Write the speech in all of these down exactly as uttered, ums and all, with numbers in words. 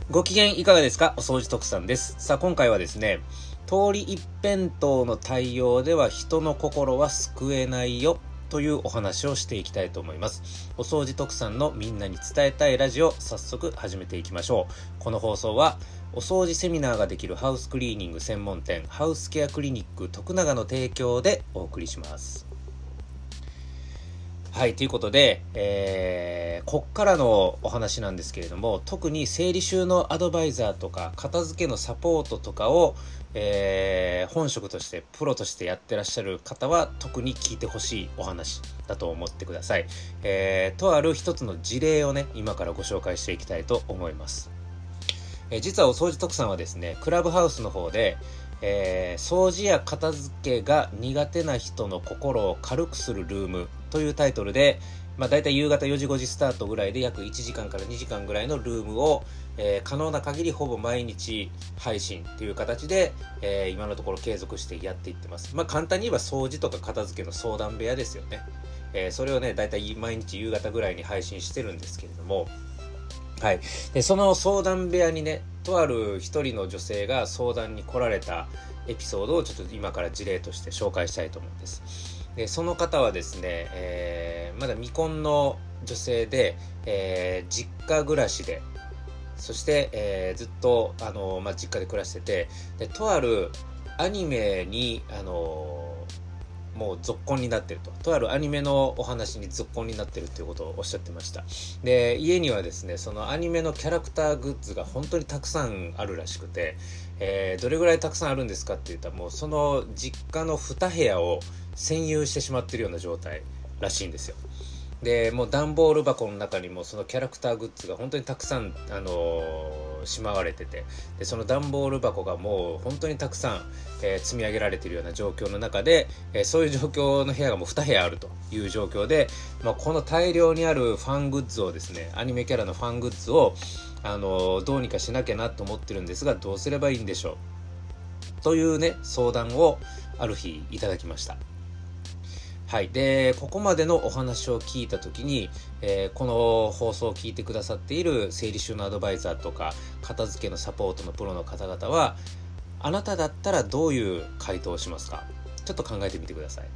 ご機嫌いかがですか？お掃除特産です。さあ今回はですね、通り一辺倒の対応では人の心は救えないよというお話をしていきたいと思います。お掃除特産のみんなに伝えたいラジオ、早速始めていきましょう。この放送はお掃除セミナーができるハウスクリーニング専門店ハウスケアクリニック徳永の提供でお送りします。はい、ということで、えー、こっからのお話なんですけれども、特に整理収納アドバイザーとか片付けのサポートとかを、えー、本職としてプロとしてやってらっしゃる方は特に聞いてほしいお話だと思ってください。えー、とある一つの事例をね、今からご紹介していきたいと思います。えー、実はお掃除特産はですね、クラブハウスの方でえー、掃除や片付けが苦手な人の心を軽くするルームというタイトルで、まあ、だいたい夕方よじごじスタートぐらいで約いちじかんからにじかんぐらいのルームを、えー、可能な限りほぼ毎日配信という形で、えー、今のところ継続してやっていってます。まあ簡単に言えば掃除とか片付けの相談部屋ですよね。えー、それをねだいたい毎日夕方ぐらいに配信してるんですけれども、はい、でその相談部屋にね、とある一人の女性が相談に来られたエピソードをちょっと今から事例として紹介したいと思うんです。でその方はですね、えー、まだ未婚の女性で、えー、実家暮らしで、そして、えー、ずっとあの、まあ、実家で暮らしてて、でとあるアニメにあのもう続婚になってるととあるアニメのお話に続婚になってるということをおっしゃってました。で家にはですね、そのアニメのキャラクターグッズが本当にたくさんあるらしくて、えー、どれぐらいたくさんあるんですかって言ったら、もうその実家のに部屋を占有してしまってるような状態らしいんですよ。でもう段ボール箱の中にもそのキャラクターグッズが本当にたくさん、あのー、しまわれてて、でその段ボール箱がもう本当にたくさん、えー、積み上げられているような状況の中で、えー、そういう状況の部屋がもうに部屋あるという状況で、まあ、この大量にあるファングッズをですね、アニメキャラのファングッズを、あのー、どうにかしなきゃなと思ってるんですが、どうすればいいんでしょうというね相談をある日いただきました。はい。で、ここまでのお話を聞いたときに、えー、この放送を聞いてくださっている整理収納アドバイザーとか、片付けのサポートのプロの方々は、あなただったらどういう回答をしますか？ちょっと考えてみてください。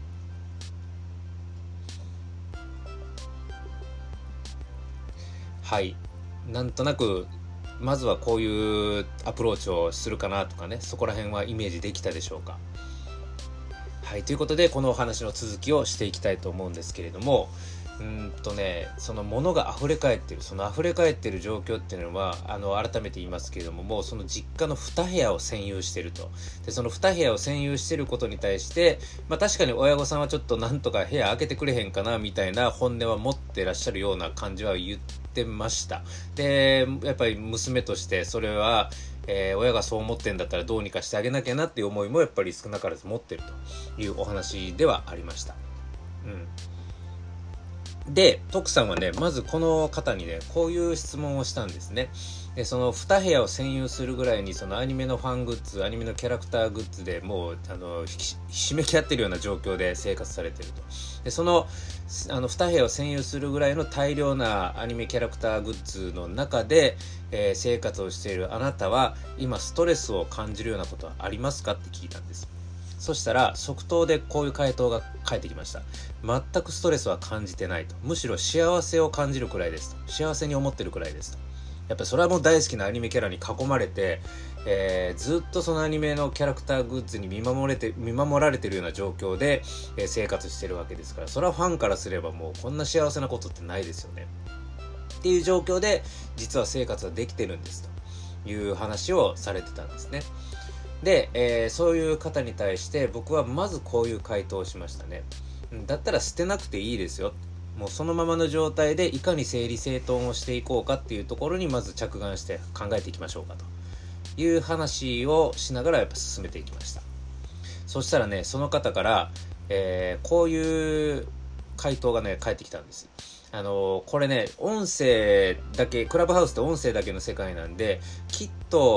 はい。なんとなく、まずはこういうアプローチをするかなとかね、そこら辺はイメージできたでしょうか？はい、ということでこのお話の続きをしていきたいと思うんですけれども、うーんとねその物が溢れ返ってるその溢れ返ってる状況っていうのは、あの改めて言いますけれども、もうその実家のに部屋を占有してると。でそのに部屋を占有してることに対して、まあ確かに親御さんはちょっとなんとか部屋開けてくれへんかなみたいな本音は持ってらっしゃるような感じは言ってました。でやっぱり娘としてそれはえー、親がそう思ってんだったらどうにかしてあげなきゃなっていう思いもやっぱり少なからず持ってるというお話ではありました。うん、で徳さんはね、まずこの方にねこういう質問をしたんですね。でそのに部屋を占有するぐらいにそのアニメのファングッズ、アニメのキャラクターグッズでもうあのひしめき合ってるような状況で生活されてると。でそのあのに部屋を占有するぐらいの大量なアニメキャラクターグッズの中で、えー、生活をしているあなたは今ストレスを感じるようなことはありますかって聞いたんです。そしたら即答でこういう回答が返ってきました。全くストレスは感じてないと、むしろ幸せを感じるくらいですと、幸せに思ってるくらいですと。やっぱりそれはもう大好きなアニメキャラに囲まれて、えー、ずっとそのアニメのキャラクターグッズに見守れて見守られてるような状況で、えー、生活してるわけですから、それはファンからすればもうこんな幸せなことってないですよねっていう状況で実は生活はできてるんですという話をされてたんですね。で、えー、そういう方に対して僕はまずこういう回答をしましたね。だったら捨てなくていいですよ、もうそのままの状態でいかに整理整頓をしていこうかっていうところにまず着眼して考えていきましょうかという話をしながらやっぱ進めていきました。そしたらねその方から、えー、こういう回答がね返ってきたんです。あのー、これね音声だけ、クラブハウスって音声だけの世界なんで、きっと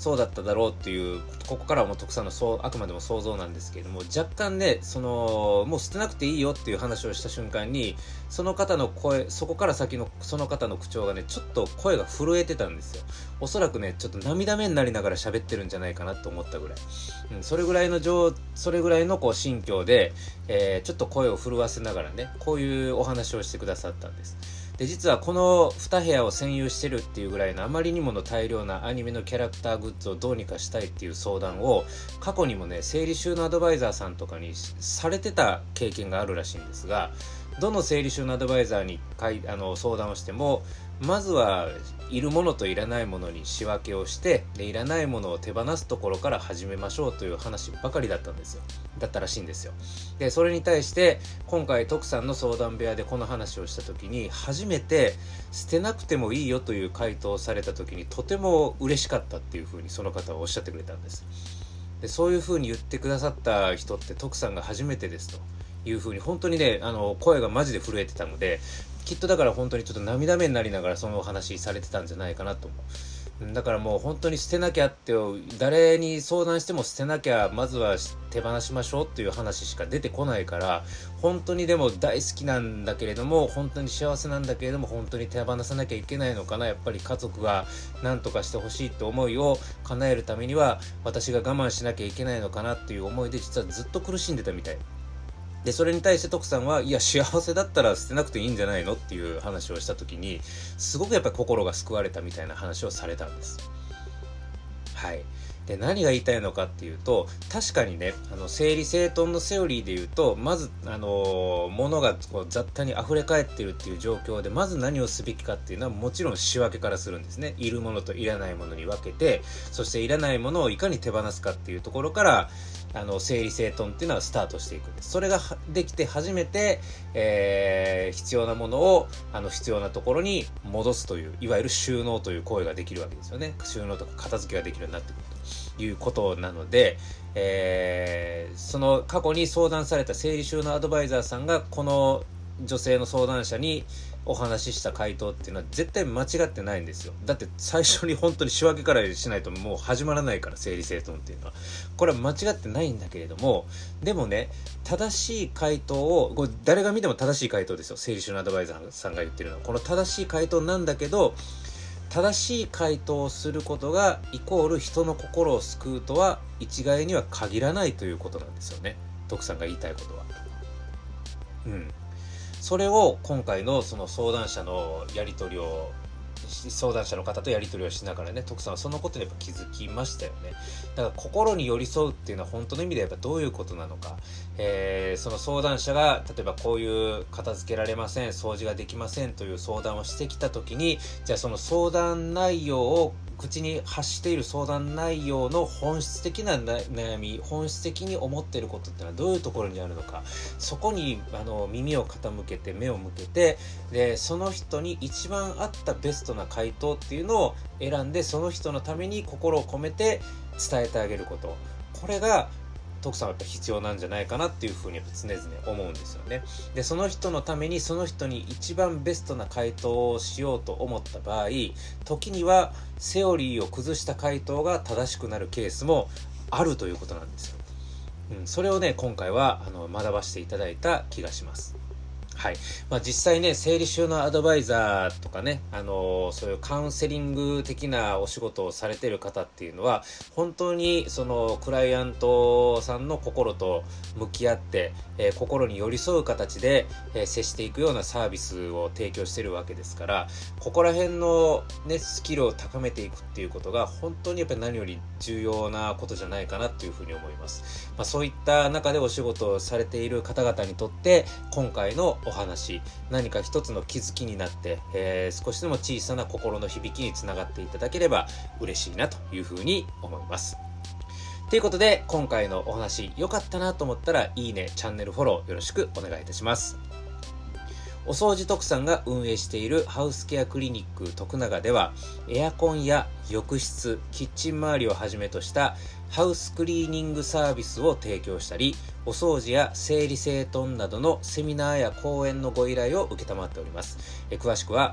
そうだっただろうっていう、ここからはもう徳さんのそうあくまでも想像なんですけれども、若干ね、そのもう捨てなくていいよっていう話をした瞬間に、その方の声、そこから先のその方の口調がね、ちょっと声が震えてたんですよ。おそらくね、ちょっと涙目になりながら喋ってるんじゃないかなと思ったぐらい、うん、それぐらいの状それぐらいのこう心境で、えー、ちょっと声を震わせながらね、こういうお話をしてくださったんです。で、実はこのに部屋を占有してるっていうぐらいのあまりにもの大量なアニメのキャラクターグッズをどうにかしたいっていう相談を過去にもね、整理収納アドバイザーさんとかにされてた経験があるらしいんですが、どの整理収納アドバイザーにかいあの相談をしても、まずはいるものといらないものに仕分けをして、でいらないものを手放すところから始めましょうという話ばかりだったんですよ。だったらしいんですよ。でそれに対して今回徳さんの相談部屋でこの話をした時に、初めて捨てなくてもいいよという回答をされた時に、とても嬉しかったっていうふうにその方はおっしゃってくれたんです。でそういうふうに言ってくださった人って徳さんが初めてですというふうに、本当にね、あの声がマジで震えてたので、きっとだから本当にちょっと涙目になりながらそのお話されてたんじゃないかなと思う。だからもう本当に捨てなきゃって、誰に相談しても捨てなきゃ、まずは手放しましょうっていう話しか出てこないから、本当にでも大好きなんだけれども、本当に幸せなんだけれども、本当に手放さなきゃいけないのかな、やっぱり家族が何とかしてほしいって思いを叶えるためには私が我慢しなきゃいけないのかなっていう思いで、実はずっと苦しんでたみたいで、それに対して徳さんは、いや幸せだったら捨てなくていいんじゃないのっていう話をした時に、すごくやっぱり心が救われたみたいな話をされたんです。はい。で何が言いたいのかっていうと、確かにね、あの整理整頓のセオリーで言うと、まずあの物がこう雑多に溢れ返ってるっていう状況で、まず何をすべきかっていうのはもちろん仕分けからするんですね。いるものといらないものに分けて、そしていらないものをいかに手放すかっていうところから、あの整理整頓っていうのはスタートしていくんです。それができて初めて、えー、必要なものをあの必要なところに戻すという、いわゆる収納という行為ができるわけですよね。収納とか片付けができるようになってくるということなので、えー、その過去に相談された整理収納アドバイザーさんがこの女性の相談者にお話しした回答っていうのは絶対間違ってないんですよ。だって最初に本当に仕分けからしないともう始まらないから、整理整頓っていうのはこれは間違ってないんだけれども、でもね、正しい回答を、これ誰が見ても正しい回答ですよ。整理収納アドバイザーさんが言ってるのはこの正しい回答なんだけど、正しい回答をすることがイコール人の心を救うとは一概には限らないということなんですよね、徳さんが言いたいことは。うんそれを今回のその相談者のやり取りを相談者の方とやり取りをしながらね、徳さんはそのことにやっぱ気づきましたよね。だから心に寄り添うっていうのは本当の意味でやっぱどういうことなのか、えー、その相談者が例えばこういう片付けられません、掃除ができませんという相談をしてきた時に、じゃあその相談内容を口に発している相談内容の本質的な悩み、本質的に思っていることっていうのはどういうところにあるのか、そこにあの耳を傾けて目を向けて、でその人に一番合ったベストな回答っていうのを選んで、その人のために心を込めて伝えてあげること、これが徳さんはやっぱ必要なんじゃないかなっていうふうにやっぱ常々思うんですよね。でその人のためにその人に一番ベストな回答をしようと思った場合、時にはセオリーを崩した回答が正しくなるケースもあるということなんですよ。うん、それをね今回はあの学ばせていただいた気がします。はい。まあ実際ね、整理収納アドバイザーとかね、あのー、そういうカウンセリング的なお仕事をされている方っていうのは、本当にそのクライアントさんの心と向き合って、えー、心に寄り添う形で、えー、接していくようなサービスを提供しているわけですから、ここら辺のね、スキルを高めていくっていうことが本当にやっぱり何より重要なことじゃないかなっていうふうに思います。まあそういった中でお仕事をされている方々にとって、今回のお話、何か一つの気づきになって、えー、少しでも小さな心の響きにつながっていただければ嬉しいなというふうに思います。ということで、今回のお話良かったなと思ったらいいね、チャンネルフォローよろしくお願いいたします。お掃除徳さんが運営しているハウスケアクリニック徳永では、エアコンや浴室、キッチン周りをはじめとしたハウスクリーニングサービスを提供したり、お掃除や整理整頓などのセミナーや講演のご依頼を受けたまっております。え詳しくは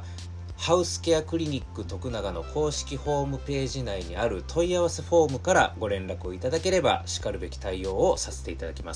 ハウスケアクリニック徳永の公式ホームページ内にある問い合わせフォームからご連絡をいただければ、しかるべき対応をさせていただきます。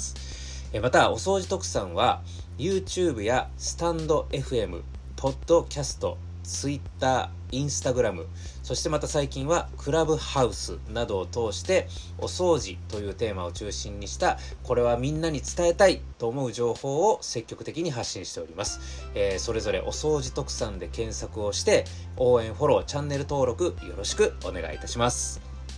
また、お掃除特産は YouTube やスタンド エフエム、ポッドキャスト、Twitter、Instagram、そしてまた最近はクラブハウスなどを通してお掃除というテーマを中心にした、これはみんなに伝えたいと思う情報を積極的に発信しております。えー、それぞれお掃除特産で検索をして応援フォローチャンネル登録よろしくお願いいたします。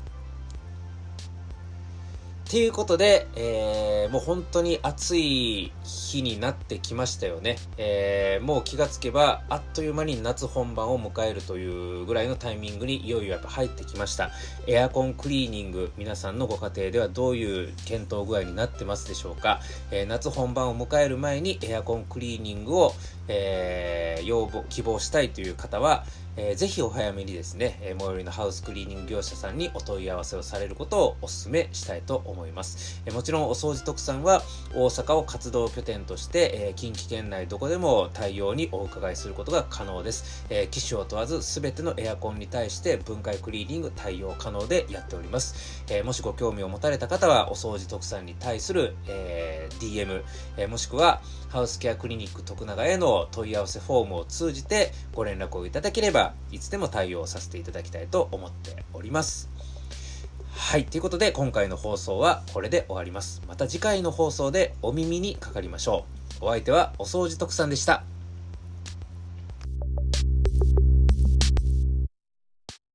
ということで、えー、もう本当に暑い日になってきましたよね。えー、もう気がつけばあっという間に夏本番を迎えるというぐらいのタイミングにいよいよやっぱ入ってきました。エアコンクリーニング、皆さんのご家庭ではどういう検討具合になってますでしょうか。えー、夏本番を迎える前にエアコンクリーニングを、えー、要望希望したいという方は、えー、ぜひお早めにですね、えー、最寄りのハウスクリーニング業者さんにお問い合わせをされることをお勧めしたいと思います。えー、もちろんお掃除特産は大阪を活動拠点として、えー、近畿圏内どこでも対応にお伺いすることが可能です。えー、機種を問わず全てのエアコンに対して分解クリーニング対応可能でやっております。えー、もしご興味を持たれた方はお掃除特産に対する、えー、ディーエム、えー、もしくはハウスケアクリニック徳永への問い合わせフォームを通じてご連絡をいただければいつでも対応させていただきたいと思っております。はい、ということで今回の放送はこれで終わります。また次回の放送でお耳にかかりましょう。お相手はお掃除特産でした。